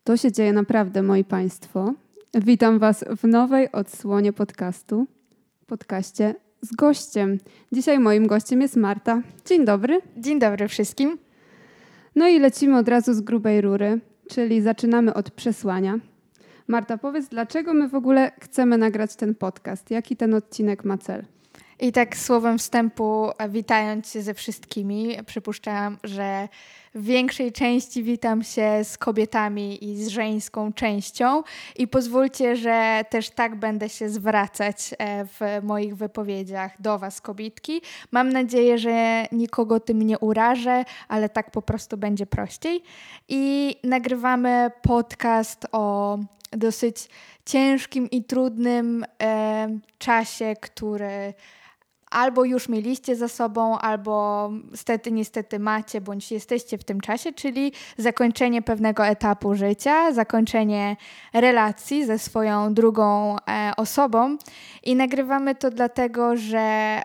To się dzieje naprawdę, moi Państwo. Witam Was w nowej odsłonie podcaście z gościem. Dzisiaj moim gościem jest Marta. Dzień dobry. Dzień dobry wszystkim. No i lecimy od razu z grubej rury, czyli zaczynamy od przesłania. Marta, powiedz, dlaczego my w ogóle chcemy nagrać ten podcast? Jaki ten odcinek ma cel? I tak słowem wstępu, witając się ze wszystkimi, przypuszczam, że w większej części witam się z kobietami i z żeńską częścią i pozwólcie, że też tak będę się zwracać w moich wypowiedziach do Was, kobietki. Mam nadzieję, że nikogo tym nie urażę, ale tak po prostu będzie prościej. I nagrywamy podcast o dosyć ciężkim i trudnym czasie, który albo już mieliście za sobą, albo niestety macie, bądź jesteście w tym czasie, czyli zakończenie pewnego etapu życia, zakończenie relacji ze swoją drugą osobą. I nagrywamy to dlatego, że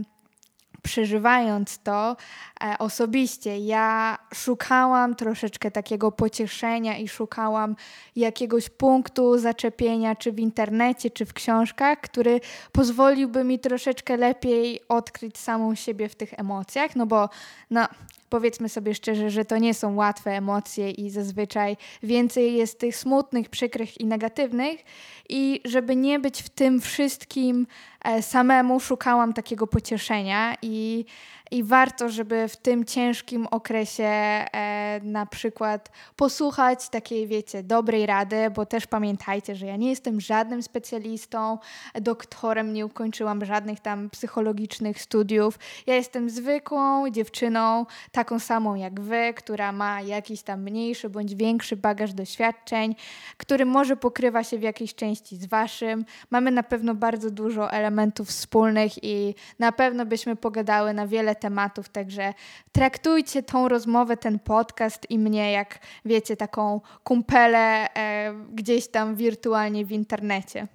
przeżywając to osobiście, ja szukałam troszeczkę takiego pocieszenia i szukałam jakiegoś punktu zaczepienia, czy w internecie, czy w książkach, który pozwoliłby mi troszeczkę lepiej odkryć samą siebie w tych emocjach, no bo powiedzmy sobie szczerze, że to nie są łatwe emocje i zazwyczaj więcej jest tych smutnych, przykrych i negatywnych i żeby nie być w tym wszystkim samemu, szukałam takiego pocieszenia i warto, żeby w tym ciężkim okresie na przykład posłuchać takiej, dobrej rady, bo też pamiętajcie, że ja nie jestem żadnym specjalistą, doktorem, nie ukończyłam żadnych tam psychologicznych studiów. Ja jestem zwykłą dziewczyną, taką samą jak wy, która ma jakiś tam mniejszy bądź większy bagaż doświadczeń, który może pokrywa się w jakiejś części z waszym. Mamy na pewno bardzo dużo elementów wspólnych i na pewno byśmy pogadały na wiele tematów, także traktujcie tą rozmowę, ten podcast i mnie jak, taką kumpelę gdzieś tam wirtualnie w internecie.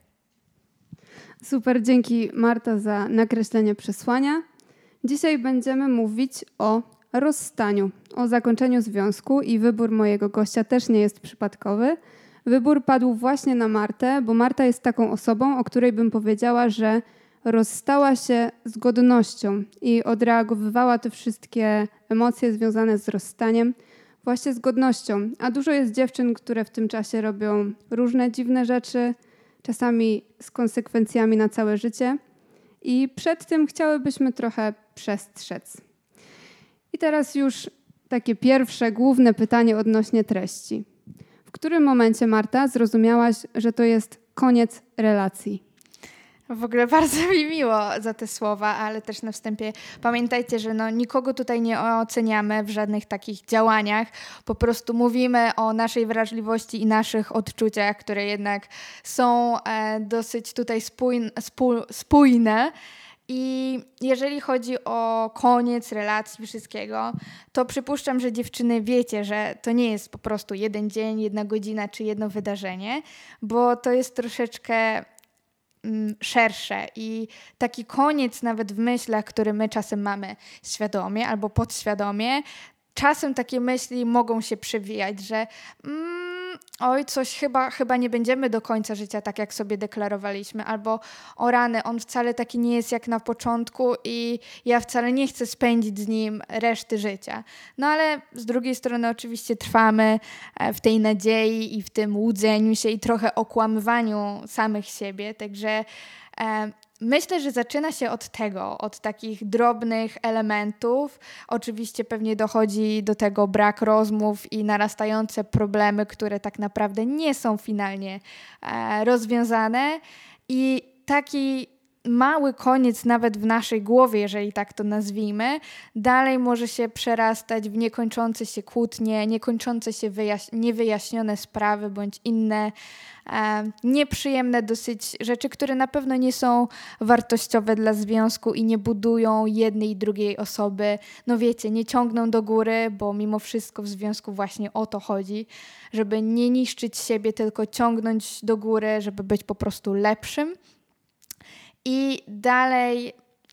Super, dzięki Marta za nakreślenie przesłania. Dzisiaj będziemy mówić o rozstaniu, o zakończeniu związku i wybór mojego gościa też nie jest przypadkowy. Wybór padł właśnie na Martę, bo Marta jest taką osobą, o której bym powiedziała, że rozstała się z godnością i odreagowywała te wszystkie emocje związane z rozstaniem właśnie z godnością. A dużo jest dziewczyn, które w tym czasie robią różne dziwne rzeczy, czasami z konsekwencjami na całe życie. I przed tym chciałybyśmy trochę przestrzec. I teraz już takie pierwsze, główne pytanie odnośnie treści. W którym momencie, Marta, zrozumiałaś, że to jest koniec relacji? W ogóle bardzo mi miło za te słowa, ale też na wstępie pamiętajcie, że nikogo tutaj nie oceniamy w żadnych takich działaniach. Po prostu mówimy o naszej wrażliwości i naszych odczuciach, które jednak są dosyć tutaj spójne. I jeżeli chodzi o koniec relacji, wszystkiego, to przypuszczam, że dziewczyny wiecie, że to nie jest po prostu jeden dzień, 1 godzina czy jedno wydarzenie, bo to jest troszeczkę szersze i taki koniec nawet w myślach, który my czasem mamy świadomie albo podświadomie, czasem takie myśli mogą się przewijać, że coś chyba nie będziemy do końca życia tak, jak sobie deklarowaliśmy, albo o rany, on wcale taki nie jest jak na początku i ja wcale nie chcę spędzić z nim reszty życia. No ale z drugiej strony oczywiście trwamy w tej nadziei i w tym łudzeniu się i trochę okłamywaniu samych siebie, także myślę, że zaczyna się od tego, od takich drobnych elementów. Oczywiście pewnie dochodzi do tego brak rozmów i narastające problemy, które tak naprawdę nie są finalnie rozwiązane. I taki mały koniec nawet w naszej głowie, jeżeli tak to nazwijmy, dalej może się przerastać w niekończące się kłótnie, niekończące się niewyjaśnione sprawy bądź inne nieprzyjemne dosyć rzeczy, które na pewno nie są wartościowe dla związku i nie budują jednej i drugiej osoby. Nie ciągną do góry, bo mimo wszystko w związku właśnie o to chodzi, żeby nie niszczyć siebie, tylko ciągnąć do góry, żeby być po prostu lepszym. I dalej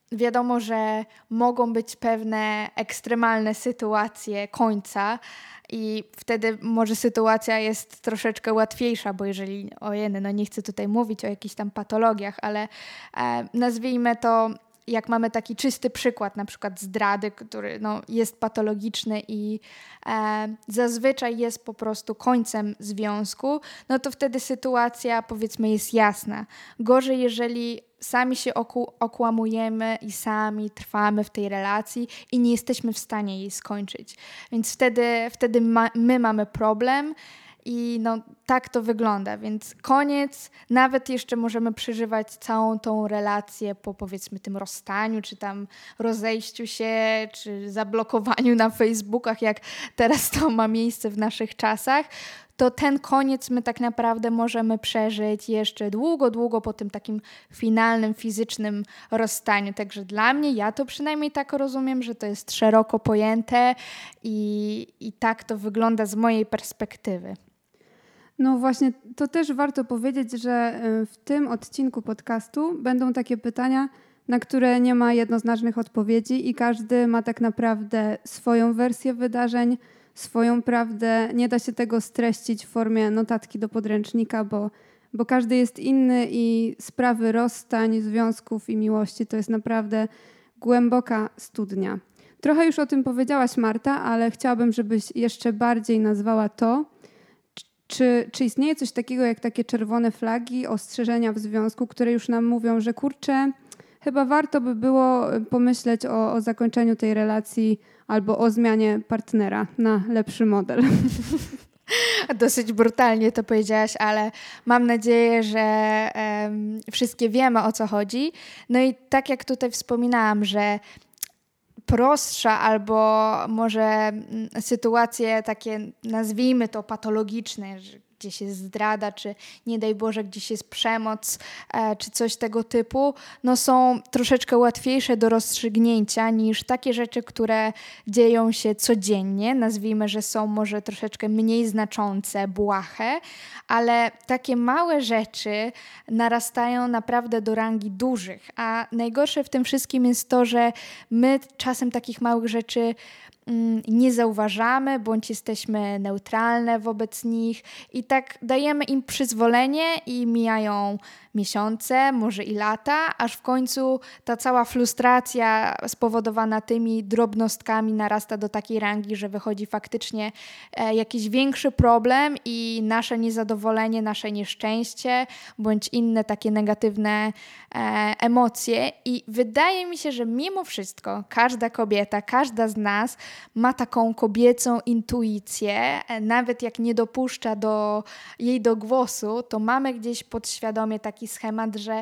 wiadomo, że mogą być pewne ekstremalne sytuacje końca i wtedy może sytuacja jest troszeczkę łatwiejsza, bo jeżeli, nie chcę tutaj mówić o jakichś tam patologiach, ale nazwijmy to, jak mamy taki czysty przykład, na przykład zdrady, który jest patologiczny i zazwyczaj jest po prostu końcem związku, to wtedy sytuacja, powiedzmy, jest jasna. Gorzej, jeżeli sami się okłamujemy i sami trwamy w tej relacji i nie jesteśmy w stanie jej skończyć. Więc wtedy my mamy problem. I tak to wygląda, więc koniec, nawet jeszcze możemy przeżywać całą tą relację po, powiedzmy, tym rozstaniu, czy tam rozejściu się, czy zablokowaniu na Facebookach, jak teraz to ma miejsce w naszych czasach, to ten koniec my tak naprawdę możemy przeżyć jeszcze długo, długo po tym takim finalnym, fizycznym rozstaniu. Także dla mnie, ja to przynajmniej tak rozumiem, że to jest szeroko pojęte i tak to wygląda z mojej perspektywy. No właśnie, to też warto powiedzieć, że w tym odcinku podcastu będą takie pytania, na które nie ma jednoznacznych odpowiedzi i każdy ma tak naprawdę swoją wersję wydarzeń, swoją prawdę. Nie da się tego streścić w formie notatki do podręcznika, bo każdy jest inny i sprawy rozstań, związków i miłości to jest naprawdę głęboka studnia. Trochę już o tym powiedziałaś, Marta, ale chciałabym, żebyś jeszcze bardziej nazwała to, czy istnieje coś takiego jak takie czerwone flagi, ostrzeżenia w związku, które już nam mówią, że kurczę, chyba warto by było pomyśleć o zakończeniu tej relacji albo o zmianie partnera na lepszy model. Dosyć brutalnie to powiedziałaś, ale mam nadzieję, że wszystkie wiemy, o co chodzi. No i tak jak tutaj wspominałam, że prostsza albo może sytuacje takie, nazwijmy to patologiczne, że gdzieś jest zdrada, czy nie daj Boże, gdzieś jest przemoc, czy coś tego typu, są troszeczkę łatwiejsze do rozstrzygnięcia niż takie rzeczy, które dzieją się codziennie. Nazwijmy, że są może troszeczkę mniej znaczące, błahe, ale takie małe rzeczy narastają naprawdę do rangi dużych. A najgorsze w tym wszystkim jest to, że my czasem takich małych rzeczy nie zauważamy, bądź jesteśmy neutralne wobec nich i tak dajemy im przyzwolenie i mijają miesiące, może i lata, aż w końcu ta cała frustracja spowodowana tymi drobnostkami narasta do takiej rangi, że wychodzi faktycznie jakiś większy problem i nasze niezadowolenie, nasze nieszczęście, bądź inne takie negatywne emocje. I wydaje mi się, że mimo wszystko każda kobieta, każda z nas ma taką kobiecą intuicję, nawet jak nie dopuszcza jej do głosu, to mamy gdzieś podświadomie taki schemat, że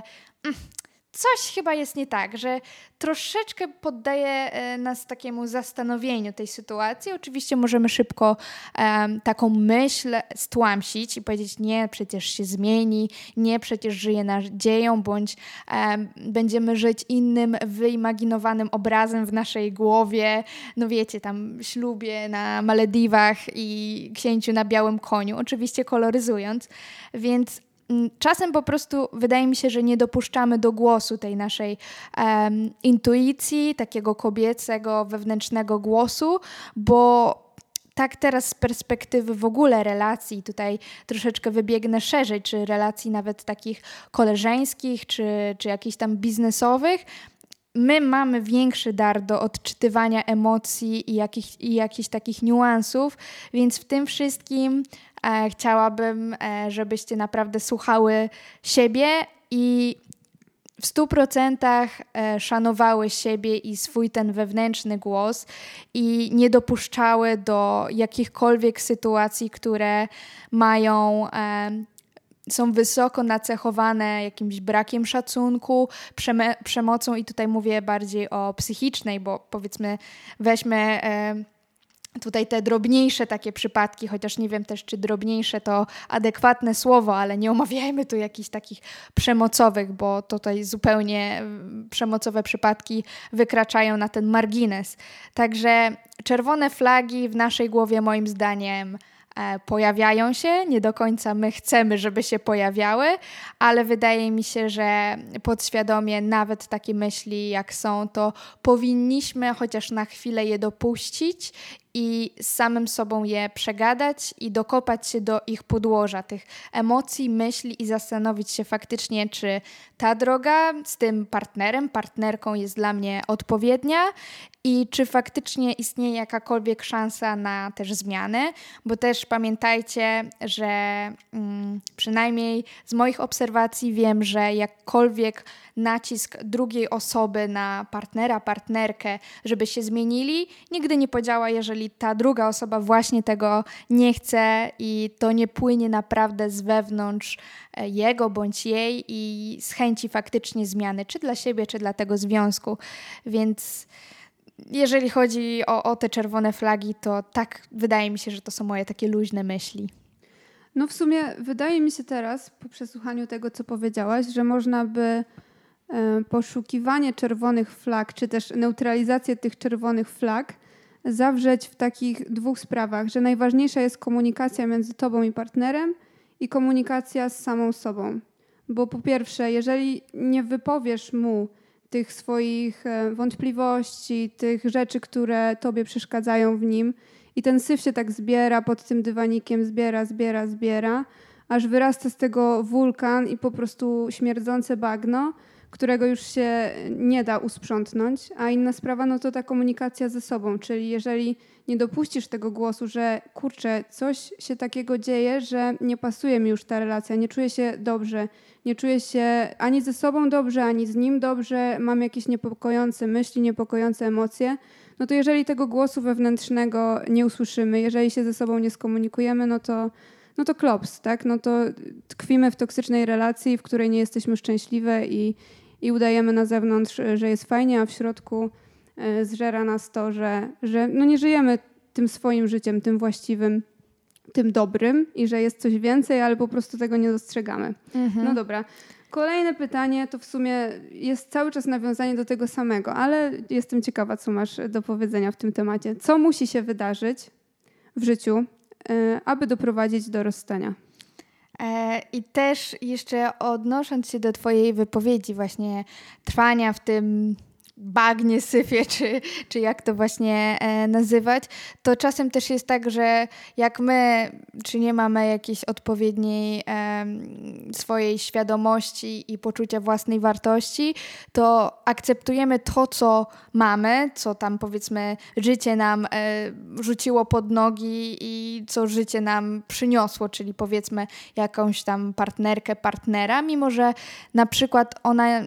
coś chyba jest nie tak, że troszeczkę poddaje nas takiemu zastanowieniu tej sytuacji. Oczywiście możemy szybko taką myśl stłamsić i powiedzieć, nie, przecież się zmieni, nie, przecież żyje nadzieją, bądź będziemy żyć innym, wyimaginowanym obrazem w naszej głowie. No wiecie, tam ślubie na Malediwach i księciu na białym koniu, oczywiście koloryzując, więc czasem po prostu wydaje mi się, że nie dopuszczamy do głosu tej naszej intuicji, takiego kobiecego, wewnętrznego głosu, bo tak teraz z perspektywy w ogóle relacji, tutaj troszeczkę wybiegnę szerzej, czy relacji nawet takich koleżeńskich, czy jakichś tam biznesowych, my mamy większy dar do odczytywania emocji i jakichś takich niuansów, więc w tym wszystkim chciałabym, żebyście naprawdę słuchały siebie i w 100% szanowały siebie i swój ten wewnętrzny głos i nie dopuszczały do jakichkolwiek sytuacji, które są wysoko nacechowane jakimś brakiem szacunku, przemocą i tutaj mówię bardziej o psychicznej, bo powiedzmy weźmy tutaj te drobniejsze takie przypadki, chociaż nie wiem też, czy drobniejsze to adekwatne słowo, ale nie omawiajmy tu jakichś takich przemocowych, bo tutaj zupełnie przemocowe przypadki wykraczają na ten margines. Także czerwone flagi w naszej głowie moim zdaniem pojawiają się, nie do końca my chcemy, żeby się pojawiały, ale wydaje mi się, że podświadomie nawet takie myśli jak są, to powinniśmy chociaż na chwilę je dopuścić i z samym sobą je przegadać i dokopać się do ich podłoża, tych emocji, myśli i zastanowić się faktycznie, czy ta droga z tym partnerem, partnerką jest dla mnie odpowiednia i czy faktycznie istnieje jakakolwiek szansa na też zmiany, bo też pamiętajcie, że przynajmniej z moich obserwacji wiem, że jakkolwiek nacisk drugiej osoby na partnera, partnerkę, żeby się zmienili, nigdy nie podziała, jeżeli ta druga osoba właśnie tego nie chce i to nie płynie naprawdę z wewnątrz jego bądź jej i z chęci faktycznie zmiany, czy dla siebie, czy dla tego związku. Więc jeżeli chodzi o te czerwone flagi, to tak wydaje mi się, że to są moje takie luźne myśli. No w sumie wydaje mi się teraz, po przesłuchaniu tego, co powiedziałaś, że można by poszukiwanie czerwonych flag, czy też neutralizację tych czerwonych flag zawrzeć w takich dwóch sprawach, że najważniejsza jest komunikacja między tobą i partnerem i komunikacja z samą sobą. Bo po pierwsze, jeżeli nie wypowiesz mu tych swoich wątpliwości, tych rzeczy, które tobie przeszkadzają w nim i ten syf się tak zbiera pod tym dywanikiem, zbiera, aż wyrasta z tego wulkan i po prostu śmierdzące bagno, którego już się nie da usprzątnąć, a inna sprawa no to ta komunikacja ze sobą, czyli jeżeli nie dopuścisz tego głosu, że kurczę, coś się takiego dzieje, że nie pasuje mi już ta relacja, nie czuję się dobrze, nie czuję się ani ze sobą dobrze, ani z nim dobrze, mam jakieś niepokojące myśli, niepokojące emocje, no to jeżeli tego głosu wewnętrznego nie usłyszymy, jeżeli się ze sobą nie skomunikujemy, no to klops, tak? No to tkwimy w toksycznej relacji, w której nie jesteśmy szczęśliwe i udajemy na zewnątrz, że jest fajnie, a w środku zżera nas to, że no nie żyjemy tym swoim życiem, tym właściwym, tym dobrym i że jest coś więcej, ale po prostu tego nie dostrzegamy. No dobra. Kolejne pytanie to w sumie jest cały czas nawiązanie do tego samego, ale jestem ciekawa, co masz do powiedzenia w tym temacie. Co musi się wydarzyć w życiu, aby doprowadzić do rozstania? I też jeszcze odnosząc się do twojej wypowiedzi właśnie trwania w tym bagnie, syfie, czy jak to właśnie nazywać, to czasem też jest tak, że jak my, czy nie mamy jakiejś odpowiedniej swojej świadomości i poczucia własnej wartości, to akceptujemy to, co mamy, co tam powiedzmy życie nam rzuciło pod nogi i co życie nam przyniosło, czyli powiedzmy jakąś tam partnerkę, partnera, mimo że na przykład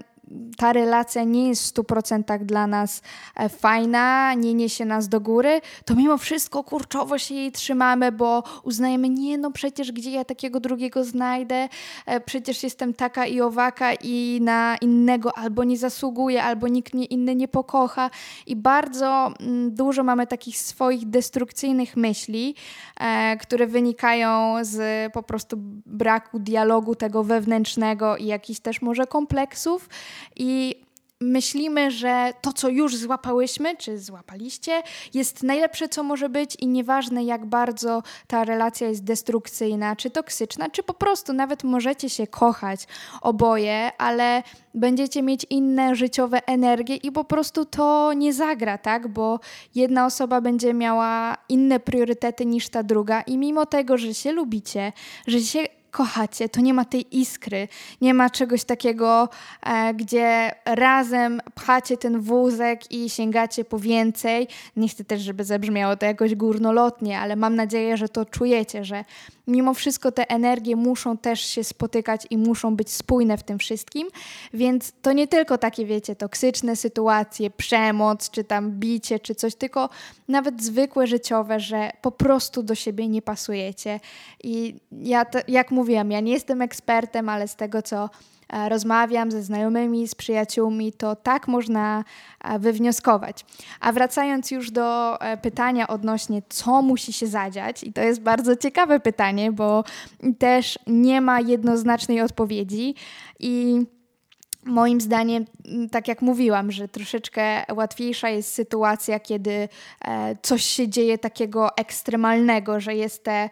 ta relacja nie jest w 100% dla nas fajna, nie niesie nas do góry, to mimo wszystko kurczowo się jej trzymamy, bo uznajemy, nie no przecież gdzie ja takiego drugiego znajdę, przecież jestem taka i owaka i na innego albo nie zasługuję, albo nikt mnie inny nie pokocha i bardzo dużo mamy takich swoich destrukcyjnych myśli, które wynikają z po prostu braku dialogu tego wewnętrznego i jakichś też może kompleksów. I myślimy, że to, co już złapałyśmy, czy złapaliście, jest najlepsze, co może być i nieważne, jak bardzo ta relacja jest destrukcyjna, czy toksyczna, czy po prostu nawet możecie się kochać oboje, ale będziecie mieć inne życiowe energie i po prostu to nie zagra, tak? Bo jedna osoba będzie miała inne priorytety niż ta druga i mimo tego, że się lubicie, że się kochacie, to nie ma tej iskry, nie ma czegoś takiego, gdzie razem pchacie ten wózek i sięgacie po więcej. Nie chcę też, żeby zabrzmiało to jakoś górnolotnie, ale mam nadzieję, że to czujecie, że mimo wszystko te energie muszą też się spotykać i muszą być spójne w tym wszystkim, więc to nie tylko takie, wiecie, toksyczne sytuacje, przemoc, czy tam bicie, czy coś, tylko nawet zwykłe życiowe, że po prostu do siebie nie pasujecie. I jak mówiłam, ja nie jestem ekspertem, ale z tego, co rozmawiam ze znajomymi, z przyjaciółmi, to tak można wywnioskować. A wracając już do pytania odnośnie, co musi się zadziać, i to jest bardzo ciekawe pytanie, bo też nie ma jednoznacznej odpowiedzi i moim zdaniem, tak jak mówiłam, że troszeczkę łatwiejsza jest sytuacja, kiedy coś się dzieje takiego ekstremalnego, że jest te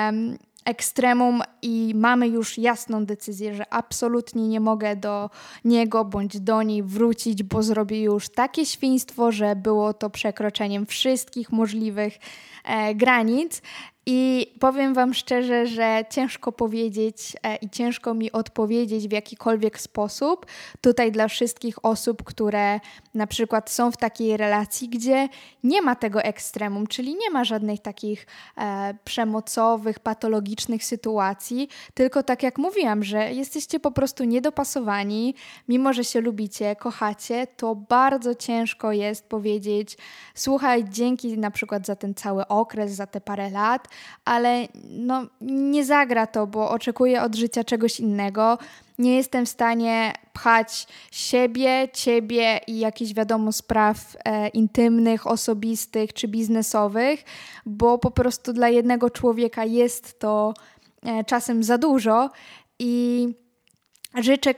ekstremum i mamy już jasną decyzję, że absolutnie nie mogę do niego bądź do niej wrócić, bo zrobię już takie świństwo, że było to przekroczeniem wszystkich możliwych granic. I powiem wam szczerze, że ciężko powiedzieć i ciężko mi odpowiedzieć w jakikolwiek sposób tutaj dla wszystkich osób, które na przykład są w takiej relacji, gdzie nie ma tego ekstremum, czyli nie ma żadnych takich przemocowych, patologicznych sytuacji, tylko tak jak mówiłam, że jesteście po prostu niedopasowani, mimo że się lubicie, kochacie, to bardzo ciężko jest powiedzieć: słuchaj, dzięki na przykład za ten cały okres, za te parę lat, ale no, nie zagra to, bo oczekuję od życia czegoś innego. Nie jestem w stanie pchać siebie, ciebie i jakichś wiadomo spraw intymnych, osobistych czy biznesowych, bo po prostu dla jednego człowieka jest to czasem za dużo i życzę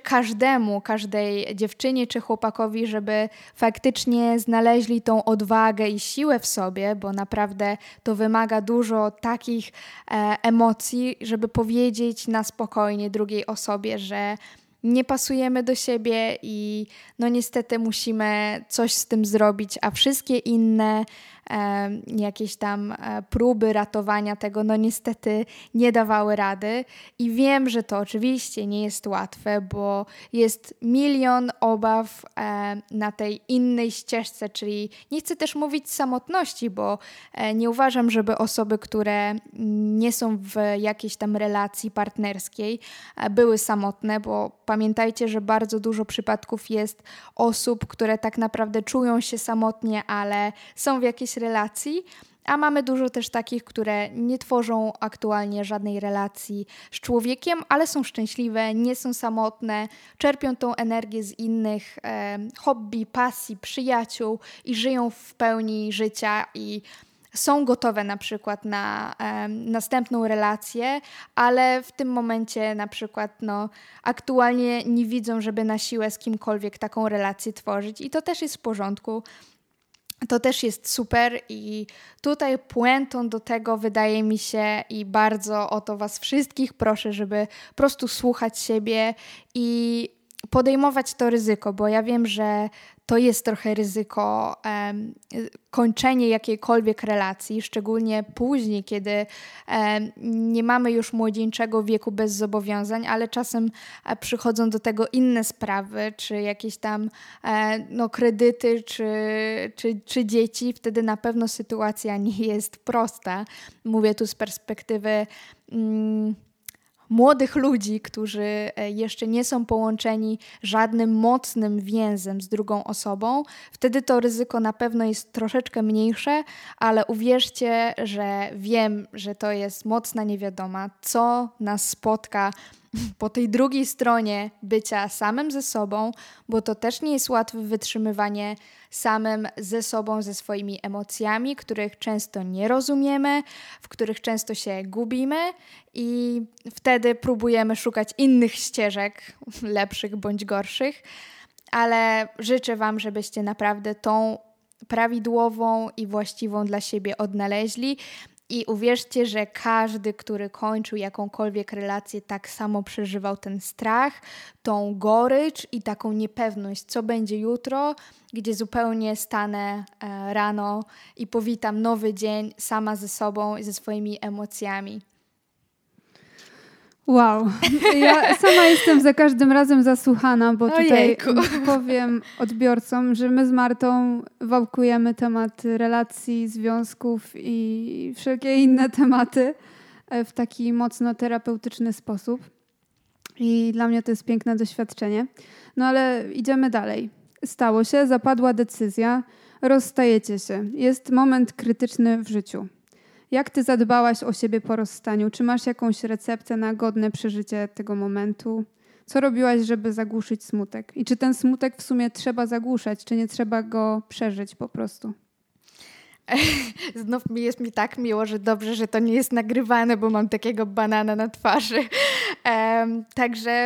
każdej dziewczynie czy chłopakowi, żeby faktycznie znaleźli tą odwagę i siłę w sobie, bo naprawdę to wymaga dużo takich emocji, żeby powiedzieć na spokojnie drugiej osobie, że nie pasujemy do siebie i no niestety musimy coś z tym zrobić, a wszystkie inne jakieś tam próby ratowania tego no niestety nie dawały rady. I wiem, że to oczywiście nie jest łatwe, bo jest milion obaw na tej innej ścieżce, czyli nie chcę też mówić samotności, bo nie uważam, żeby osoby, które nie są w jakiejś tam relacji partnerskiej, były samotne, bo pamiętajcie, że bardzo dużo przypadków jest osób, które tak naprawdę czują się samotnie, ale są w jakiejś relacji, a mamy dużo też takich, które nie tworzą aktualnie żadnej relacji z człowiekiem, ale są szczęśliwe, nie są samotne, czerpią tą energię z innych hobby, pasji, przyjaciół i żyją w pełni życia i są gotowe na przykład na następną relację, ale w tym momencie na przykład aktualnie nie widzą, żeby na siłę z kimkolwiek taką relację tworzyć i to też jest w porządku. To też jest super i tutaj puentą do tego wydaje mi się i bardzo o to was wszystkich proszę, żeby po prostu słuchać siebie i podejmować to ryzyko, bo ja wiem, że to jest trochę ryzyko kończenie jakiejkolwiek relacji, szczególnie później, kiedy nie mamy już młodzieńczego wieku bez zobowiązań, ale czasem przychodzą do tego inne sprawy, czy jakieś tam kredyty, czy dzieci. Wtedy na pewno sytuacja nie jest prosta. Mówię tu z perspektywy młodych ludzi, którzy jeszcze nie są połączeni żadnym mocnym więzem z drugą osobą, wtedy to ryzyko na pewno jest troszeczkę mniejsze, ale uwierzcie, że wiem, że to jest mocna niewiadoma, co nas spotka po tej drugiej stronie bycia samym ze sobą, bo to też nie jest łatwe wytrzymywanie samym ze sobą, ze swoimi emocjami, których często nie rozumiemy, w których często się gubimy i wtedy próbujemy szukać innych ścieżek, lepszych bądź gorszych, ale życzę wam, żebyście naprawdę tą prawidłową i właściwą dla siebie odnaleźli. I uwierzcie, że każdy, który kończył jakąkolwiek relację, tak samo przeżywał ten strach, tą gorycz i taką niepewność, co będzie jutro, gdzie zupełnie stanę rano i powitam nowy dzień sama ze sobą i ze swoimi emocjami. Wow, ja sama jestem za każdym razem zasłuchana, bo tutaj powiem odbiorcom, że my z Martą wałkujemy temat relacji, związków i wszelkie inne tematy w taki mocno terapeutyczny sposób. I dla mnie to jest piękne doświadczenie. No ale idziemy dalej. Stało się, zapadła decyzja, rozstajecie się. Jest moment krytyczny w życiu. Jak ty zadbałaś o siebie po rozstaniu? Czy masz jakąś receptę na godne przeżycie tego momentu? Co robiłaś, żeby zagłuszyć smutek? I czy ten smutek w sumie trzeba zagłuszać, czy nie trzeba go przeżyć po prostu? Znów jest mi tak miło, że dobrze, że to nie jest nagrywane, bo mam takiego banana na twarzy. Także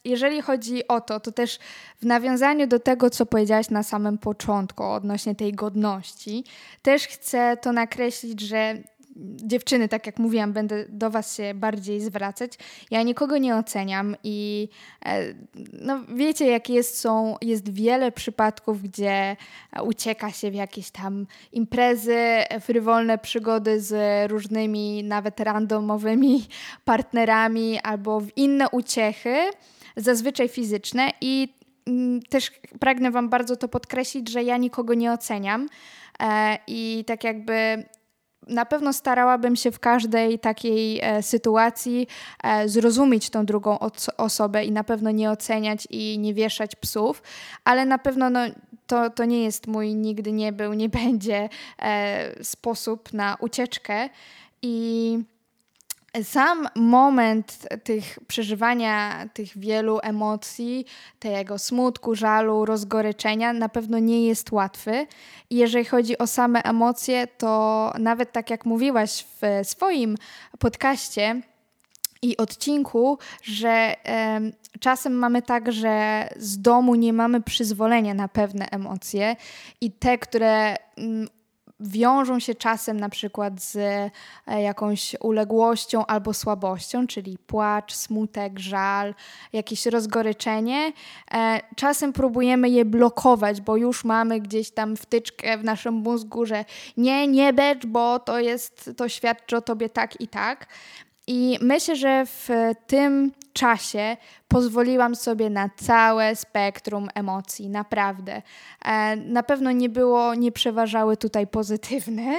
jeżeli chodzi o to też w nawiązaniu do tego, co powiedziałaś na samym początku odnośnie tej godności, też chcę to nakreślić, że dziewczyny, tak jak mówiłam, będę do was się bardziej zwracać. Ja nikogo nie oceniam i no wiecie, jak jest wiele przypadków, gdzie ucieka się w jakieś tam imprezy, frywolne przygody z różnymi, nawet randomowymi partnerami albo w inne uciechy, zazwyczaj fizyczne i też pragnę wam bardzo to podkreślić, że ja nikogo nie oceniam i tak jakby na pewno starałabym się w każdej takiej sytuacji zrozumieć tą drugą osobę i na pewno nie oceniać i nie wieszać psów, ale na pewno to nie jest mój, nigdy nie był, nie będzie sposób na ucieczkę i sam moment przeżywania tych wielu emocji, tego smutku, żalu, rozgoryczenia na pewno nie jest łatwy. I jeżeli chodzi o same emocje, to nawet tak jak mówiłaś w swoim podcaście i odcinku, że czasem mamy tak, że z domu nie mamy przyzwolenia na pewne emocje i te, które wiążą się czasem na przykład z jakąś uległością albo słabością, czyli płacz, smutek, żal, jakieś rozgoryczenie. Czasem próbujemy je blokować, bo już mamy gdzieś tam wtyczkę w naszym mózgu, że nie becz, bo to świadczy o tobie tak i tak. I myślę, że w tym czasie pozwoliłam sobie na całe spektrum emocji, naprawdę. Na pewno nie przeważały tutaj pozytywne,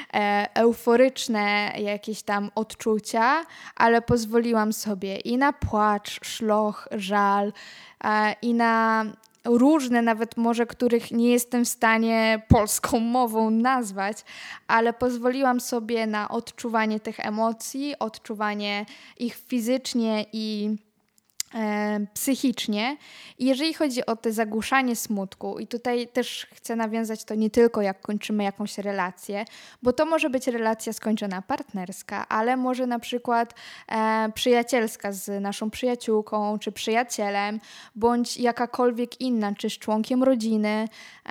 euforyczne jakieś tam odczucia, ale pozwoliłam sobie i na płacz, szloch, żal, i na różne, nawet może których nie jestem w stanie polską mową nazwać, ale pozwoliłam sobie na odczuwanie tych emocji, odczuwanie ich fizycznie i psychicznie. I jeżeli chodzi o te zagłuszanie smutku, i tutaj też chcę nawiązać to nie tylko jak kończymy jakąś relację, bo to może być relacja skończona partnerska, ale może na przykład przyjacielska z naszą przyjaciółką, czy przyjacielem, bądź jakakolwiek inna, czy z członkiem rodziny,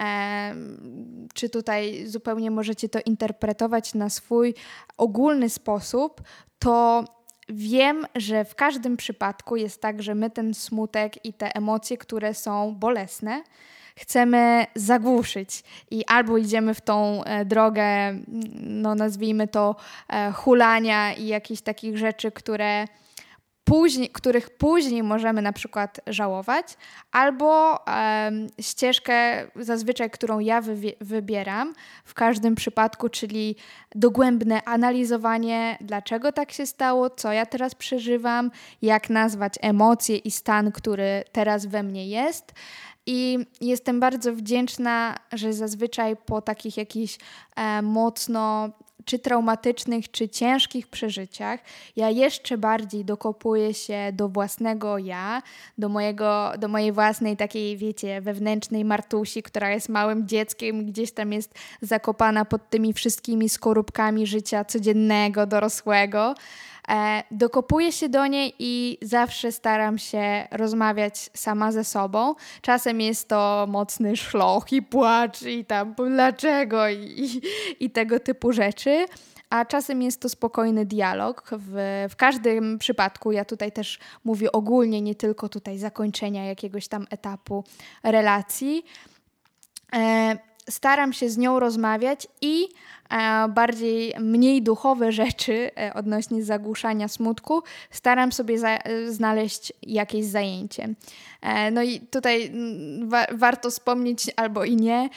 czy tutaj zupełnie możecie to interpretować na swój ogólny sposób, to wiem, że w każdym przypadku jest tak, że my ten smutek i te emocje, które są bolesne, chcemy zagłuszyć i albo idziemy w tą drogę, no nazwijmy to hulania i jakichś takich rzeczy, których później możemy na przykład żałować, albo ścieżkę zazwyczaj, którą ja wybieram w każdym przypadku, czyli dogłębne analizowanie, dlaczego tak się stało, co ja teraz przeżywam, jak nazwać emocje i stan, który teraz we mnie jest. I jestem bardzo wdzięczna, że zazwyczaj po takich jakichś mocno czy traumatycznych, czy ciężkich przeżyciach, ja jeszcze bardziej dokopuję się do własnego ja, do mojej własnej takiej, wiecie, wewnętrznej Martusi, która jest małym dzieckiem, gdzieś tam jest zakopana pod tymi wszystkimi skorupkami życia codziennego, dorosłego. Dokopuję się do niej i zawsze staram się rozmawiać sama ze sobą. Czasem jest to mocny szloch i płacz i tam dlaczego i tego typu rzeczy, a czasem jest to spokojny dialog. W każdym przypadku, ja tutaj też mówię ogólnie, nie tylko tutaj zakończenia jakiegoś tam etapu relacji, staram się z nią rozmawiać i mniej duchowe rzeczy odnośnie zagłuszania smutku staram sobie znaleźć jakieś zajęcie. No i tutaj warto wspomnieć, albo i nie,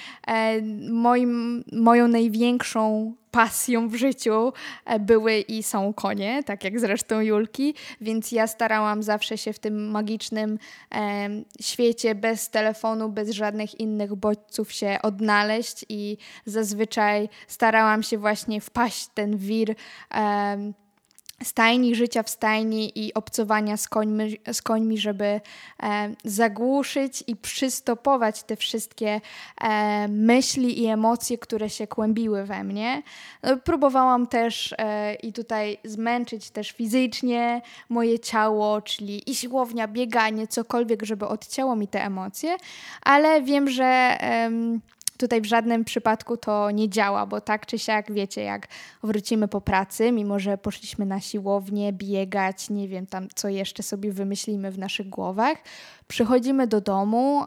moją największą pasją w życiu były i są konie, tak jak zresztą Julki, więc ja starałam zawsze się w tym magicznym świecie bez telefonu, bez żadnych innych bodźców się odnaleźć i zazwyczaj starałam się właśnie wpaść w ten wir stajni, życia w stajni i obcowania z końmi, żeby zagłuszyć i przystopować te wszystkie myśli i emocje, które się kłębiły we mnie. Próbowałam też i tutaj zmęczyć też fizycznie moje ciało, czyli i siłownia, bieganie, cokolwiek, żeby odcięło mi te emocje, ale wiem, że tutaj w żadnym przypadku to nie działa, bo tak czy siak, wiecie, jak wrócimy po pracy, mimo że poszliśmy na siłownię, biegać, nie wiem tam co jeszcze sobie wymyślimy w naszych głowach, przychodzimy do domu,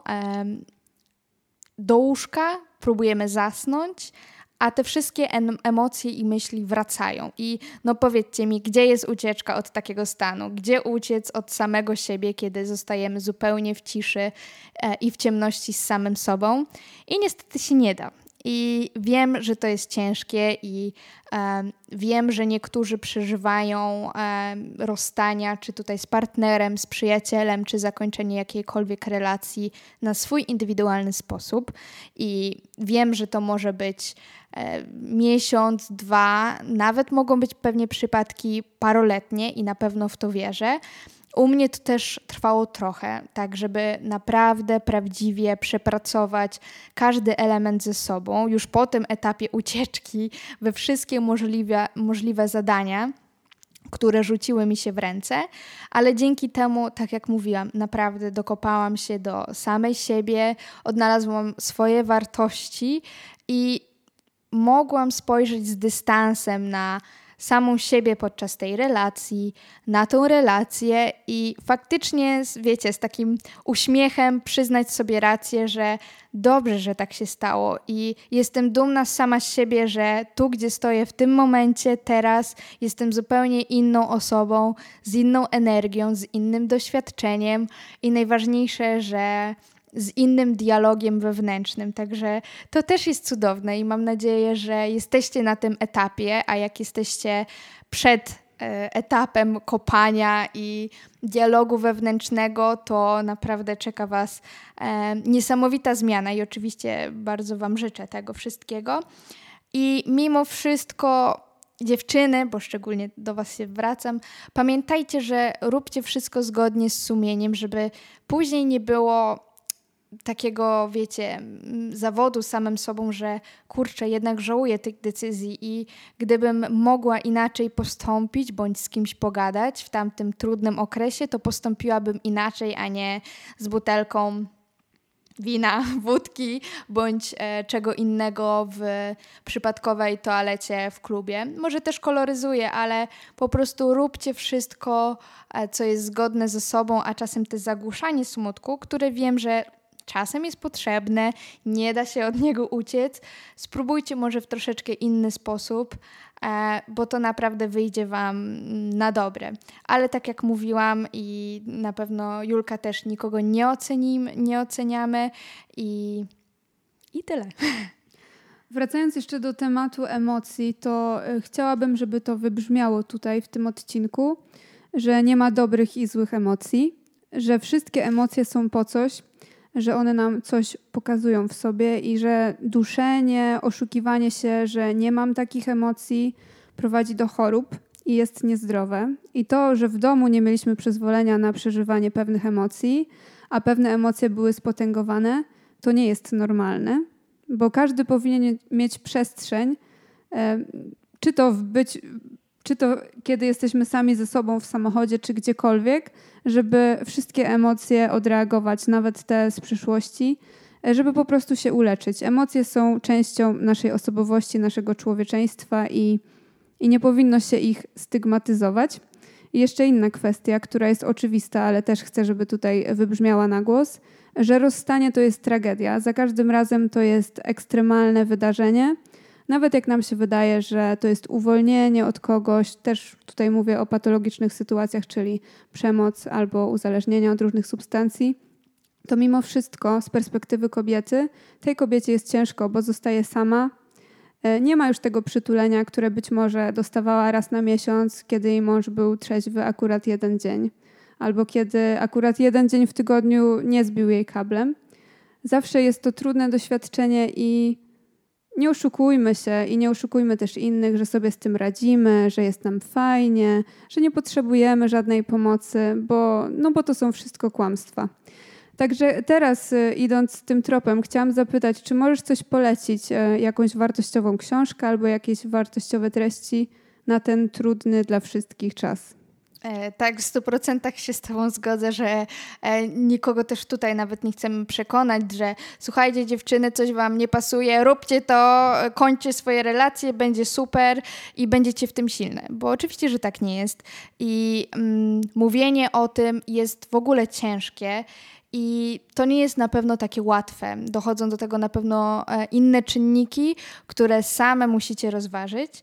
do łóżka, próbujemy zasnąć, a te wszystkie emocje i myśli wracają. I no powiedzcie mi, gdzie jest ucieczka od takiego stanu? Gdzie uciec od samego siebie, kiedy zostajemy zupełnie w ciszy i w ciemności z samym sobą? I niestety się nie da. I wiem, że to jest ciężkie i wiem, że niektórzy przeżywają rozstania, czy tutaj z partnerem, z przyjacielem, czy zakończenie jakiejkolwiek relacji na swój indywidualny sposób. I wiem, że to może być miesiąc, 2, nawet mogą być pewnie przypadki paroletnie i na pewno w to wierzę. U mnie to też trwało trochę, tak żeby naprawdę prawdziwie przepracować każdy element ze sobą, już po tym etapie ucieczki we wszystkie możliwe zadania, które rzuciły mi się w ręce, ale dzięki temu, tak jak mówiłam, naprawdę dokopałam się do samej siebie, odnalazłam swoje wartości i mogłam spojrzeć z dystansem na samą siebie podczas tej relacji, na tą relację i faktycznie, wiecie, z takim uśmiechem przyznać sobie rację, że dobrze, że tak się stało i jestem dumna sama z siebie, że tu, gdzie stoję w tym momencie, teraz jestem zupełnie inną osobą, z inną energią, z innym doświadczeniem i najważniejsze, że z innym dialogiem wewnętrznym. Także to też jest cudowne i mam nadzieję, że jesteście na tym etapie, a jak jesteście przed etapem kopania i dialogu wewnętrznego, to naprawdę czeka Was niesamowita zmiana i oczywiście bardzo Wam życzę tego wszystkiego. I mimo wszystko dziewczyny, bo szczególnie do Was się wracam, pamiętajcie, że róbcie wszystko zgodnie z sumieniem, żeby później nie było takiego, wiecie, zawodu samym sobą, że kurczę, jednak żałuję tych decyzji i gdybym mogła inaczej postąpić, bądź z kimś pogadać w tamtym trudnym okresie, to postąpiłabym inaczej, a nie z butelką wina, wódki, bądź czego innego w przypadkowej toalecie w klubie. Może też koloryzuję, ale po prostu róbcie wszystko, co jest zgodne ze sobą, a czasem to zagłuszanie smutku, które wiem, że czasem jest potrzebne, nie da się od niego uciec. Spróbujcie może w troszeczkę inny sposób, bo to naprawdę wyjdzie Wam na dobre. Ale tak jak mówiłam i na pewno Julka też, nikogo nie oceniamy i tyle. Wracając jeszcze do tematu emocji, to chciałabym, żeby to wybrzmiało tutaj w tym odcinku, że nie ma dobrych i złych emocji, że wszystkie emocje są po coś, że one nam coś pokazują w sobie i że duszenie, oszukiwanie się, że nie mam takich emocji, prowadzi do chorób i jest niezdrowe. I to, że w domu nie mieliśmy przyzwolenia na przeżywanie pewnych emocji, a pewne emocje były spotęgowane, to nie jest normalne, bo każdy powinien mieć przestrzeń, czy to kiedy jesteśmy sami ze sobą w samochodzie, czy gdziekolwiek, żeby wszystkie emocje odreagować, nawet te z przyszłości, żeby po prostu się uleczyć. Emocje są częścią naszej osobowości, naszego człowieczeństwa i nie powinno się ich stygmatyzować. I jeszcze inna kwestia, która jest oczywista, ale też chcę, żeby tutaj wybrzmiała na głos, że rozstanie to jest tragedia. Za każdym razem to jest ekstremalne wydarzenie. Nawet jak nam się wydaje, że to jest uwolnienie od kogoś, też tutaj mówię o patologicznych sytuacjach, czyli przemoc albo uzależnienia od różnych substancji, to mimo wszystko z perspektywy kobiety, tej kobiecie jest ciężko, bo zostaje sama. Nie ma już tego przytulenia, które być może dostawała raz na miesiąc, kiedy jej mąż był trzeźwy akurat jeden dzień. Albo kiedy akurat jeden dzień w tygodniu nie zbił jej kablem. Zawsze jest to trudne doświadczenie i nie oszukujmy się i nie oszukujmy też innych, że sobie z tym radzimy, że jest nam fajnie, że nie potrzebujemy żadnej pomocy, bo to są wszystko kłamstwa. Także teraz, idąc tym tropem, chciałam zapytać, czy możesz coś polecić, jakąś wartościową książkę albo jakieś wartościowe treści na ten trudny dla wszystkich czas? Tak, w 100% się z Tobą zgodzę, że nikogo też tutaj nawet nie chcemy przekonać, że słuchajcie dziewczyny, coś Wam nie pasuje, róbcie to, kończcie swoje relacje, będzie super i będziecie w tym silne. Bo oczywiście, że tak nie jest. I mówienie o tym jest w ogóle ciężkie. I to nie jest na pewno takie łatwe. Dochodzą do tego na pewno inne czynniki, które same musicie rozważyć.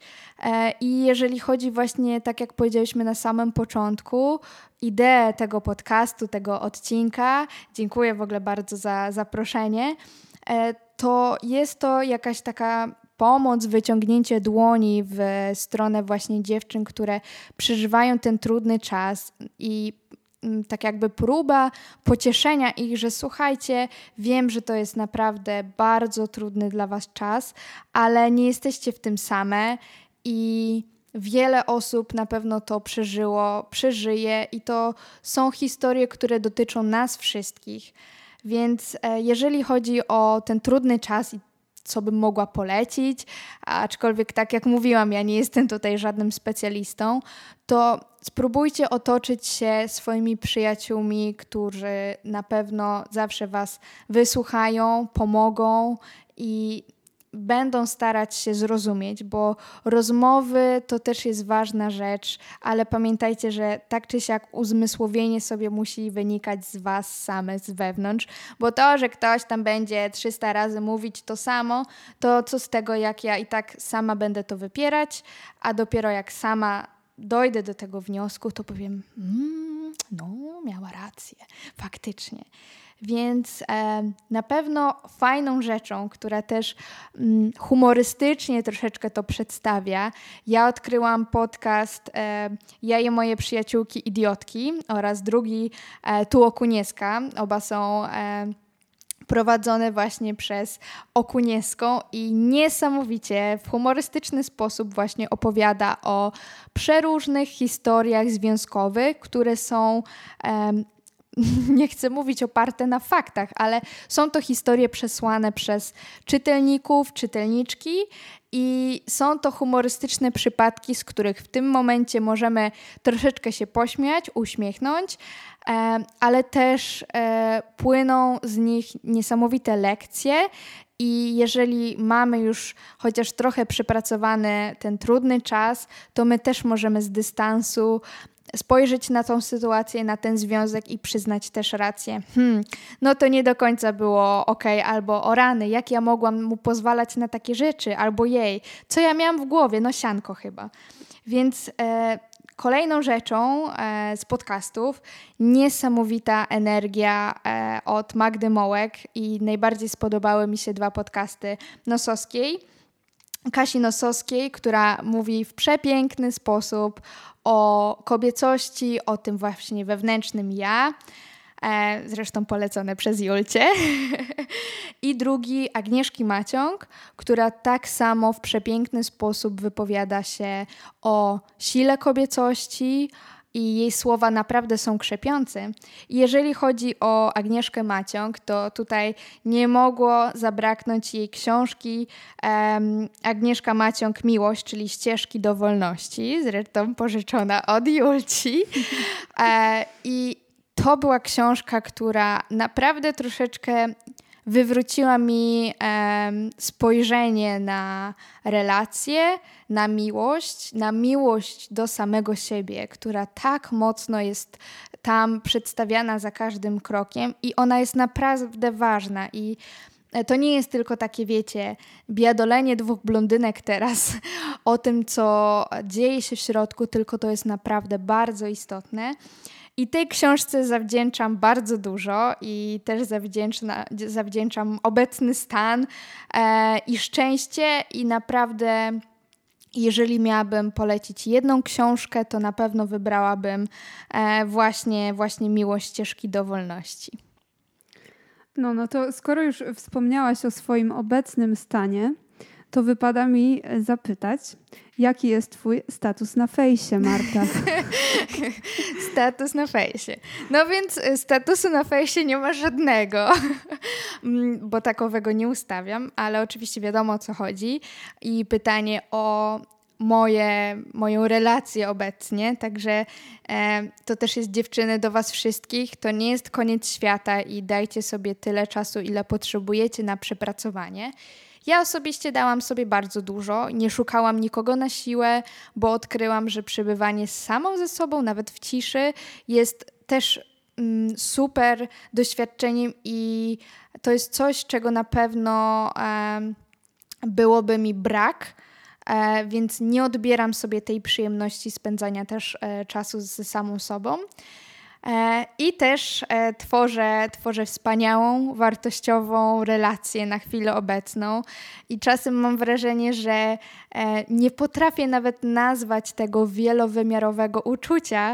I jeżeli chodzi właśnie, tak jak powiedzieliśmy na samym początku, ideę tego podcastu, tego odcinka, dziękuję w ogóle bardzo za zaproszenie, to jest to jakaś taka pomoc, wyciągnięcie dłoni w stronę właśnie dziewczyn, które przeżywają ten trudny czas i tak jakby próba pocieszenia ich, że słuchajcie, wiem, że to jest naprawdę bardzo trudny dla was czas, ale nie jesteście w tym same i wiele osób na pewno to przeżyje i to są historie, które dotyczą nas wszystkich. Więc jeżeli chodzi o ten trudny czas i co bym mogła polecić, aczkolwiek tak jak mówiłam, ja nie jestem tutaj żadnym specjalistą, to spróbujcie otoczyć się swoimi przyjaciółmi, którzy na pewno zawsze was wysłuchają, pomogą i będą starać się zrozumieć, bo rozmowy to też jest ważna rzecz, ale pamiętajcie, że tak czy siak uzmysłowienie sobie musi wynikać z was samych, z wewnątrz, bo to, że ktoś tam będzie 300 razy mówić to samo, to co z tego, jak ja i tak sama będę to wypierać, a dopiero jak sama dojdę do tego wniosku, to powiem, no miała rację, faktycznie. Więc na pewno fajną rzeczą, która też humorystycznie troszeczkę to przedstawia, ja odkryłam podcast Ja i moje przyjaciółki idiotki oraz drugi Tu Okunieska. Oba są prowadzone właśnie przez Okunieską i niesamowicie w humorystyczny sposób właśnie opowiada o przeróżnych historiach związkowych, które są nie chcę mówić oparte na faktach, ale są to historie przesłane przez czytelników, czytelniczki i są to humorystyczne przypadki, z których w tym momencie możemy troszeczkę się pośmiać, uśmiechnąć, ale też płyną z nich niesamowite lekcje i jeżeli mamy już chociaż trochę przepracowany ten trudny czas, to my też możemy z dystansu spojrzeć na tą sytuację, na ten związek i przyznać też rację. No to nie do końca było okej, albo o rany, jak ja mogłam mu pozwalać na takie rzeczy, albo jej, co ja miałam w głowie, no sianko chyba. Więc kolejną rzeczą z podcastów niesamowita energia od Magdy Mołek i najbardziej spodobały mi się 2 podcasty Nosowskiej. Kasi Nosowskiej, która mówi w przepiękny sposób o kobiecości, o tym właśnie wewnętrznym ja, zresztą polecone przez Julcie. I drugi Agnieszki Maciąg, która tak samo w przepiękny sposób wypowiada się o sile kobiecości i jej słowa naprawdę są krzepiące. I jeżeli chodzi o Agnieszkę Maciąg, to tutaj nie mogło zabraknąć jej książki Agnieszka Maciąg Miłość, czyli Ścieżki do wolności, zresztą pożyczona od Julci. I to była książka, która naprawdę troszeczkę wywróciła mi spojrzenie na relacje, na miłość do samego siebie, która tak mocno jest tam przedstawiana za każdym krokiem i ona jest naprawdę ważna i to nie jest tylko takie, wiecie, biadolenie 2 blondynek teraz o tym, co dzieje się w środku, tylko to jest naprawdę bardzo istotne. I tej książce zawdzięczam bardzo dużo i też zawdzięczam obecny stan i szczęście i naprawdę jeżeli miałabym polecić jedną książkę, to na pewno wybrałabym właśnie Miłość Ścieżki do wolności. No to skoro już wspomniałaś o swoim obecnym stanie, to wypada mi zapytać, jaki jest twój status na fejsie, Marta? Status na fejsie. No więc statusu na fejsie nie ma żadnego, bo takowego nie ustawiam, ale oczywiście wiadomo, o co chodzi. I pytanie o moją relację obecnie, także to też jest, dziewczyny, do was wszystkich. To nie jest koniec świata i dajcie sobie tyle czasu, ile potrzebujecie na przepracowanie. Ja osobiście dałam sobie bardzo dużo, nie szukałam nikogo na siłę, bo odkryłam, że przebywanie z samą ze sobą, nawet w ciszy, jest też super doświadczeniem i to jest coś, czego na pewno byłoby mi brak, więc nie odbieram sobie tej przyjemności spędzania też czasu ze samą sobą. I też tworzę wspaniałą, wartościową relację na chwilę obecną i czasem mam wrażenie, że nie potrafię nawet nazwać tego wielowymiarowego uczucia,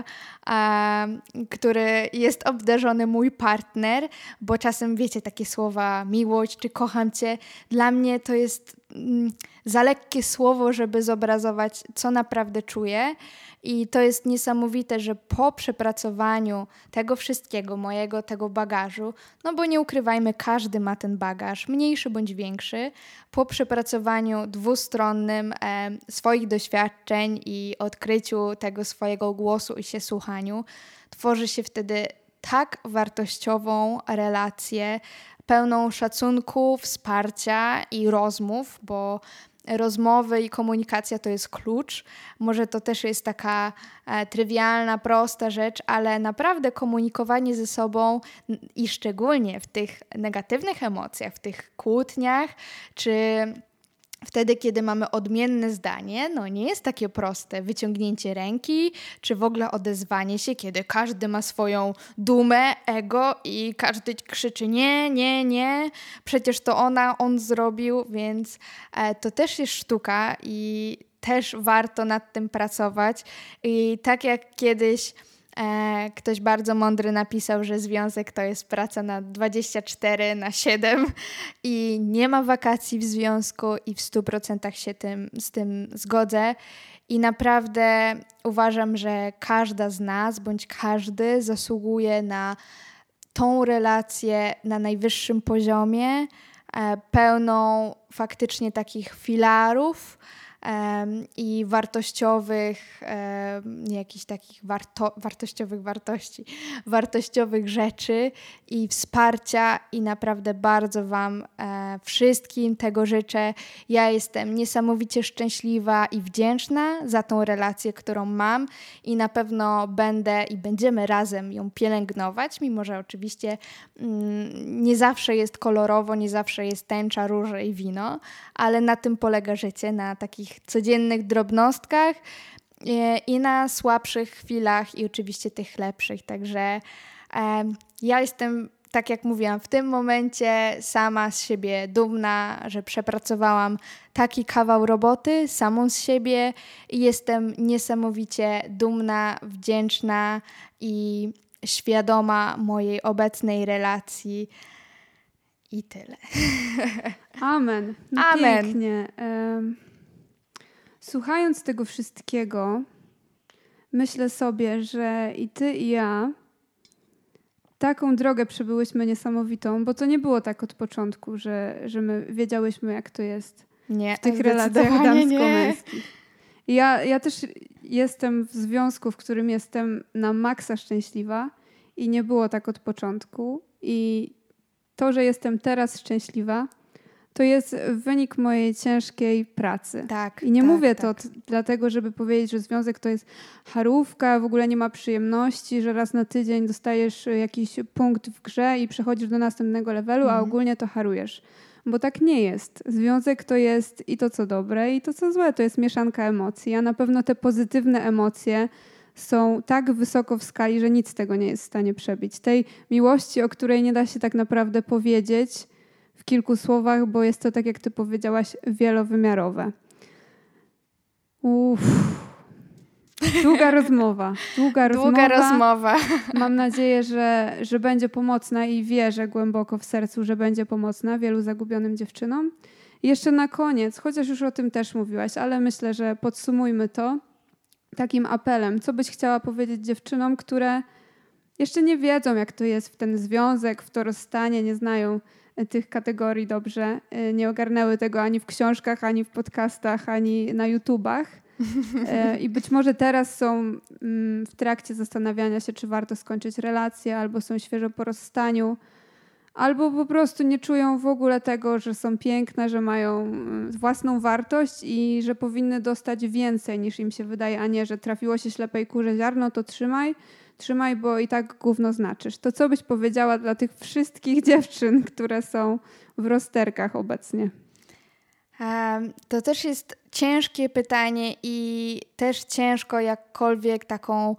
który jest obdarzony mój partner, bo czasem, wiecie, takie słowa miłość czy kocham cię, dla mnie to jest za lekkie słowo, żeby zobrazować, co naprawdę czuję. I to jest niesamowite, że po przepracowaniu tego wszystkiego, mojego tego bagażu, no bo nie ukrywajmy, każdy ma ten bagaż, mniejszy bądź większy, po przepracowaniu dwustronnym swoich doświadczeń i odkryciu tego swojego głosu i się słuchaniu, tworzy się wtedy tak wartościową relację, pełną szacunku, wsparcia i rozmów, bo rozmowy i komunikacja to jest klucz. Może to też jest taka trywialna, prosta rzecz, ale naprawdę komunikowanie ze sobą i szczególnie w tych negatywnych emocjach, w tych kłótniach, czy wtedy, kiedy mamy odmienne zdanie, no nie jest takie proste. Wyciągnięcie ręki, czy w ogóle odezwanie się, kiedy każdy ma swoją dumę, ego i każdy krzyczy nie, nie, nie, przecież to on zrobił, więc to też jest sztuka i też warto nad tym pracować. I tak jak kiedyś ktoś bardzo mądry napisał, że związek to jest praca na 24/7 i nie ma wakacji w związku i w 100% się z tym zgodzę. I naprawdę uważam, że każda z nas, bądź każdy zasługuje na tą relację na najwyższym poziomie, pełną faktycznie takich filarów, i wartościowych, jakichś takich wartościowych wartości, wartościowych rzeczy i wsparcia i naprawdę bardzo wam wszystkim tego życzę. Ja jestem niesamowicie szczęśliwa i wdzięczna za tą relację, którą mam i na pewno będziemy razem ją pielęgnować, mimo że oczywiście nie zawsze jest kolorowo, nie zawsze jest tęcza, róże i wino, ale na tym polega życie, na takich codziennych drobnostkach i na słabszych chwilach i oczywiście tych lepszych. Także ja jestem, tak jak mówiłam, w tym momencie sama z siebie dumna, że przepracowałam taki kawał roboty samą z siebie i jestem niesamowicie dumna, wdzięczna i świadoma mojej obecnej relacji. I tyle. Amen. No Amen. Pięknie. Słuchając tego wszystkiego, myślę sobie, że i ty, i ja taką drogę przebyłyśmy niesamowitą, bo to nie było tak od początku, że my wiedziałyśmy, jak to jest w tych relacjach damsko-męskich. Ja też jestem w związku, w którym jestem na maksa szczęśliwa i nie było tak od początku. I to, że jestem teraz szczęśliwa, to jest wynik mojej ciężkiej pracy. Tak, i nie mówię to dlatego, żeby powiedzieć, że związek to jest charówka, w ogóle nie ma przyjemności, że raz na tydzień dostajesz jakiś punkt w grze i przechodzisz do następnego levelu, a ogólnie to harujesz. Bo tak nie jest. Związek to jest i to, co dobre, i to, co złe. To jest mieszanka emocji. A na pewno te pozytywne emocje są tak wysoko w skali, że nic tego nie jest w stanie przebić. Tej miłości, o której nie da się tak naprawdę powiedzieć w kilku słowach, bo jest to, tak jak ty powiedziałaś, wielowymiarowe. Długa rozmowa. Długa rozmowa. Mam nadzieję, że będzie pomocna i wierzę głęboko w sercu, że będzie pomocna wielu zagubionym dziewczynom. Jeszcze na koniec, chociaż już o tym też mówiłaś, ale myślę, że podsumujmy to takim apelem. Co byś chciała powiedzieć dziewczynom, które jeszcze nie wiedzą, jak to jest w ten związek, w to rozstanie, nie znają tych kategorii dobrze, nie ogarnęły tego ani w książkach, ani w podcastach, ani na YouTubach. I być może teraz są w trakcie zastanawiania się, czy warto skończyć relację, albo są świeżo po rozstaniu, albo po prostu nie czują w ogóle tego, że są piękne, że mają własną wartość i że powinny dostać więcej niż im się wydaje, a nie, że trafiło się ślepej kurze ziarno, to trzymaj, bo i tak gówno znaczysz. To co byś powiedziała dla tych wszystkich dziewczyn, które są w rozterkach obecnie? To też jest ciężkie pytanie i też ciężko jakkolwiek taką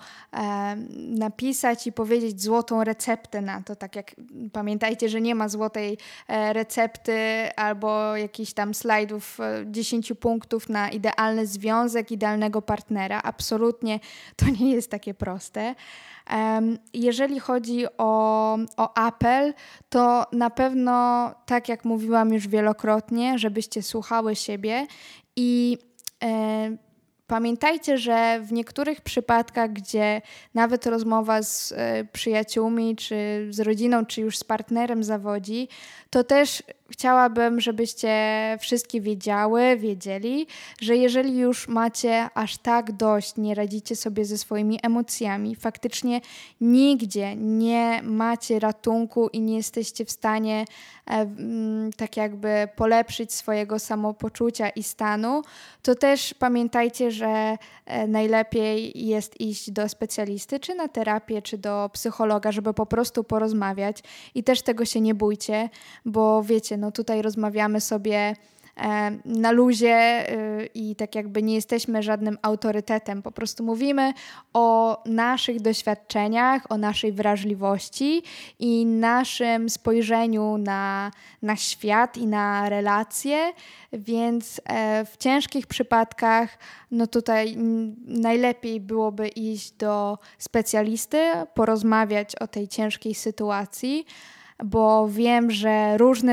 napisać i powiedzieć złotą receptę na to. Tak jak pamiętajcie, że nie ma złotej recepty albo jakichś tam slajdów 10 punktów na idealny związek, idealnego partnera. Absolutnie to nie jest takie proste. Jeżeli chodzi o apel, to na pewno, tak jak mówiłam już wielokrotnie, żebyście słuchały siebie i pamiętajcie, że w niektórych przypadkach, gdzie nawet rozmowa z przyjaciółmi, czy z rodziną, czy już z partnerem zawodzi, to też chciałabym, żebyście wszystkie wiedzieli, że jeżeli już macie aż tak dość, nie radzicie sobie ze swoimi emocjami, faktycznie nigdzie nie macie ratunku i nie jesteście w stanie tak jakby polepszyć swojego samopoczucia i stanu, to też pamiętajcie, że najlepiej jest iść do specjalisty, czy na terapię, czy do psychologa, żeby po prostu porozmawiać i też tego się nie bójcie, bo wiecie, no tutaj rozmawiamy sobie na luzie i tak jakby nie jesteśmy żadnym autorytetem. Po prostu mówimy o naszych doświadczeniach, o naszej wrażliwości i naszym spojrzeniu na świat i na relacje, więc w ciężkich przypadkach no tutaj najlepiej byłoby iść do specjalisty, porozmawiać o tej ciężkiej sytuacji, bo wiem, że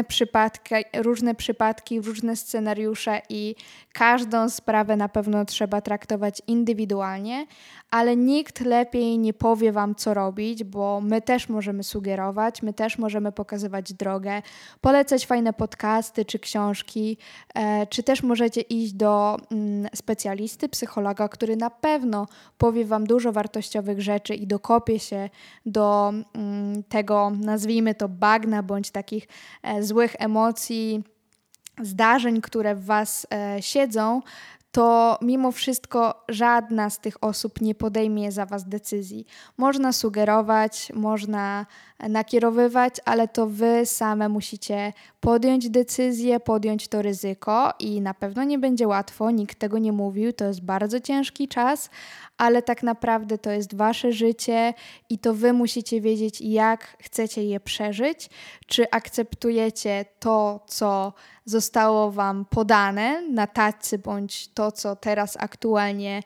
różne przypadki, różne scenariusze i każdą sprawę na pewno trzeba traktować indywidualnie, ale nikt lepiej nie powie wam, co robić, bo my też możemy sugerować, my też możemy pokazywać drogę, polecać fajne podcasty czy książki, czy też możecie iść do specjalisty, psychologa, który na pewno powie wam dużo wartościowych rzeczy i dokopie się do tego, nazwijmy to bagna, bądź takich złych emocji, zdarzeń, które w was siedzą, to mimo wszystko żadna z tych osób nie podejmie za was decyzji. Można sugerować, można nakierowywać, ale to wy same musicie podjąć decyzję, podjąć to ryzyko i na pewno nie będzie łatwo, nikt tego nie mówił, to jest bardzo ciężki czas, ale tak naprawdę to jest wasze życie i to wy musicie wiedzieć, jak chcecie je przeżyć, czy akceptujecie to, co zostało wam podane na tacy, bądź to, co teraz aktualnie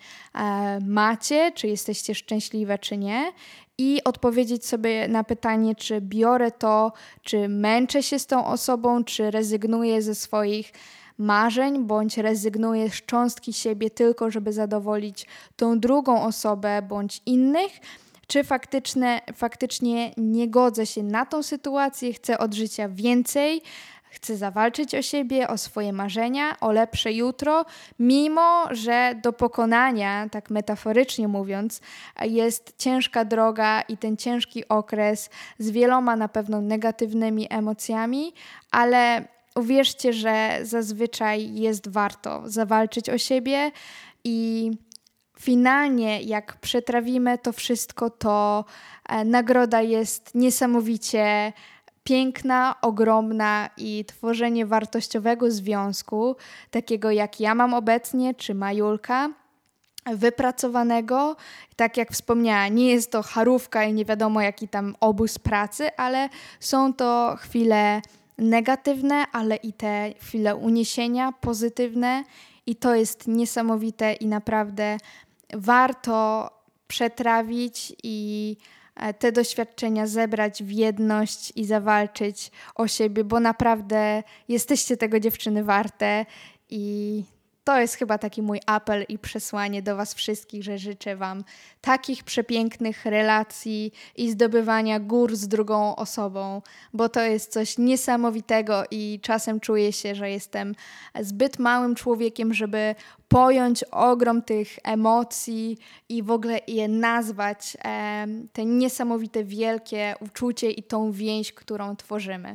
macie, czy jesteście szczęśliwe, czy nie. I odpowiedzieć sobie na pytanie, czy biorę to, czy męczę się z tą osobą, czy rezygnuję ze swoich marzeń, bądź rezygnuję z cząstki siebie tylko, żeby zadowolić tą drugą osobę, bądź innych, czy faktycznie nie godzę się na tą sytuację, chcę od życia więcej, chcę zawalczyć o siebie, o swoje marzenia, o lepsze jutro, mimo że do pokonania, tak metaforycznie mówiąc, jest ciężka droga i ten ciężki okres z wieloma na pewno negatywnymi emocjami, ale uwierzcie, że zazwyczaj jest warto zawalczyć o siebie i finalnie jak przetrawimy to wszystko, to nagroda jest niesamowicie piękna, ogromna i tworzenie wartościowego związku, takiego jak ja mam obecnie, czy ma Julka, wypracowanego, tak jak wspomniała, nie jest to charówka i nie wiadomo jaki tam obóz pracy, ale są to chwile negatywne, ale i te chwile uniesienia pozytywne i to jest niesamowite i naprawdę warto przetrawić i te doświadczenia zebrać w jedność i zawalczyć o siebie, bo naprawdę jesteście tego, dziewczyny, warte i to jest chyba taki mój apel i przesłanie do was wszystkich, że życzę wam takich przepięknych relacji i zdobywania gór z drugą osobą, bo to jest coś niesamowitego i czasem czuję się, że jestem zbyt małym człowiekiem, żeby pojąć ogrom tych emocji i w ogóle je nazwać, te niesamowite, wielkie uczucie i tą więź, którą tworzymy.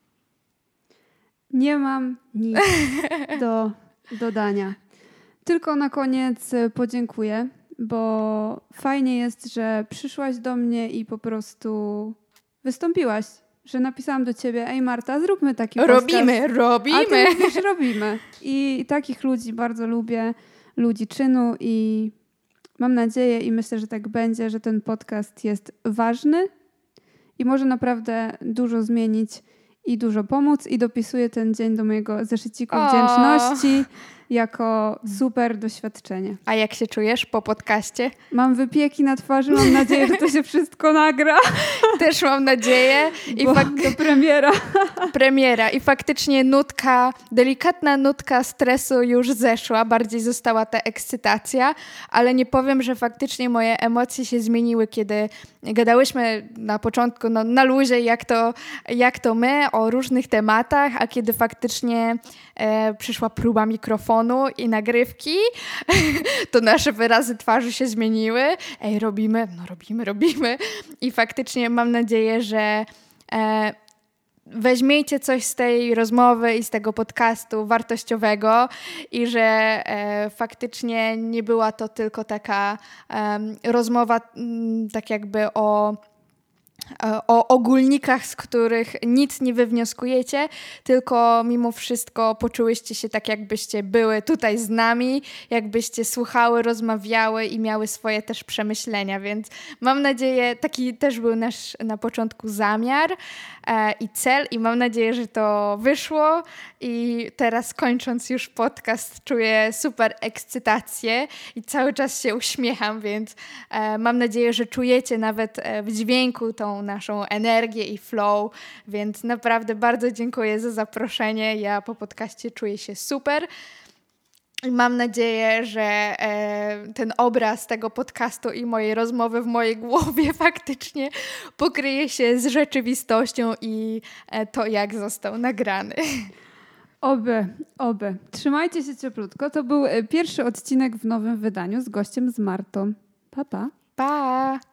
Nie mam nic do dodania. Tylko na koniec podziękuję, bo fajnie jest, że przyszłaś do mnie i po prostu wystąpiłaś, że napisałam do ciebie: ej Marta, zróbmy taki podcast. Robimy! A ty mówisz, robimy. I takich ludzi bardzo lubię, ludzi czynu i mam nadzieję i myślę, że tak będzie, że ten podcast jest ważny i może naprawdę dużo zmienić i dużo pomóc i dopisuję ten dzień do mojego zeszyciku wdzięczności jako super doświadczenie. A jak się czujesz po podcaście? Mam wypieki na twarzy, mam nadzieję, że to się wszystko nagra. Też mam nadzieję. To premiera. Premiera i faktycznie delikatna nutka stresu już zeszła, bardziej została ta ekscytacja, ale nie powiem, że faktycznie moje emocje się zmieniły, kiedy gadałyśmy na początku na luzie, jak to my, o różnych tematach, a kiedy faktycznie przyszła próba mikrofonu i nagrywki, to nasze wyrazy twarzy się zmieniły. Ej, robimy. I faktycznie mam nadzieję, że weźmiecie coś z tej rozmowy i z tego podcastu wartościowego i że faktycznie nie była to tylko taka rozmowa tak jakby o ogólnikach, z których nic nie wywnioskujecie, tylko mimo wszystko poczułyście się tak, jakbyście były tutaj z nami, jakbyście słuchały, rozmawiały i miały swoje też przemyślenia, więc mam nadzieję, taki też był nasz na początku zamiar i cel i mam nadzieję, że to wyszło i teraz kończąc już podcast czuję super ekscytację i cały czas się uśmiecham, więc mam nadzieję, że czujecie nawet w dźwięku tą naszą energię i flow, więc naprawdę bardzo dziękuję za zaproszenie. Ja po podcaście czuję się super. I mam nadzieję, że ten obraz tego podcastu i mojej rozmowy w mojej głowie faktycznie pokryje się z rzeczywistością i to, jak został nagrany. Oby. Trzymajcie się cieplutko. To był pierwszy odcinek w nowym wydaniu z gościem, z Martą. Pa, pa. Pa!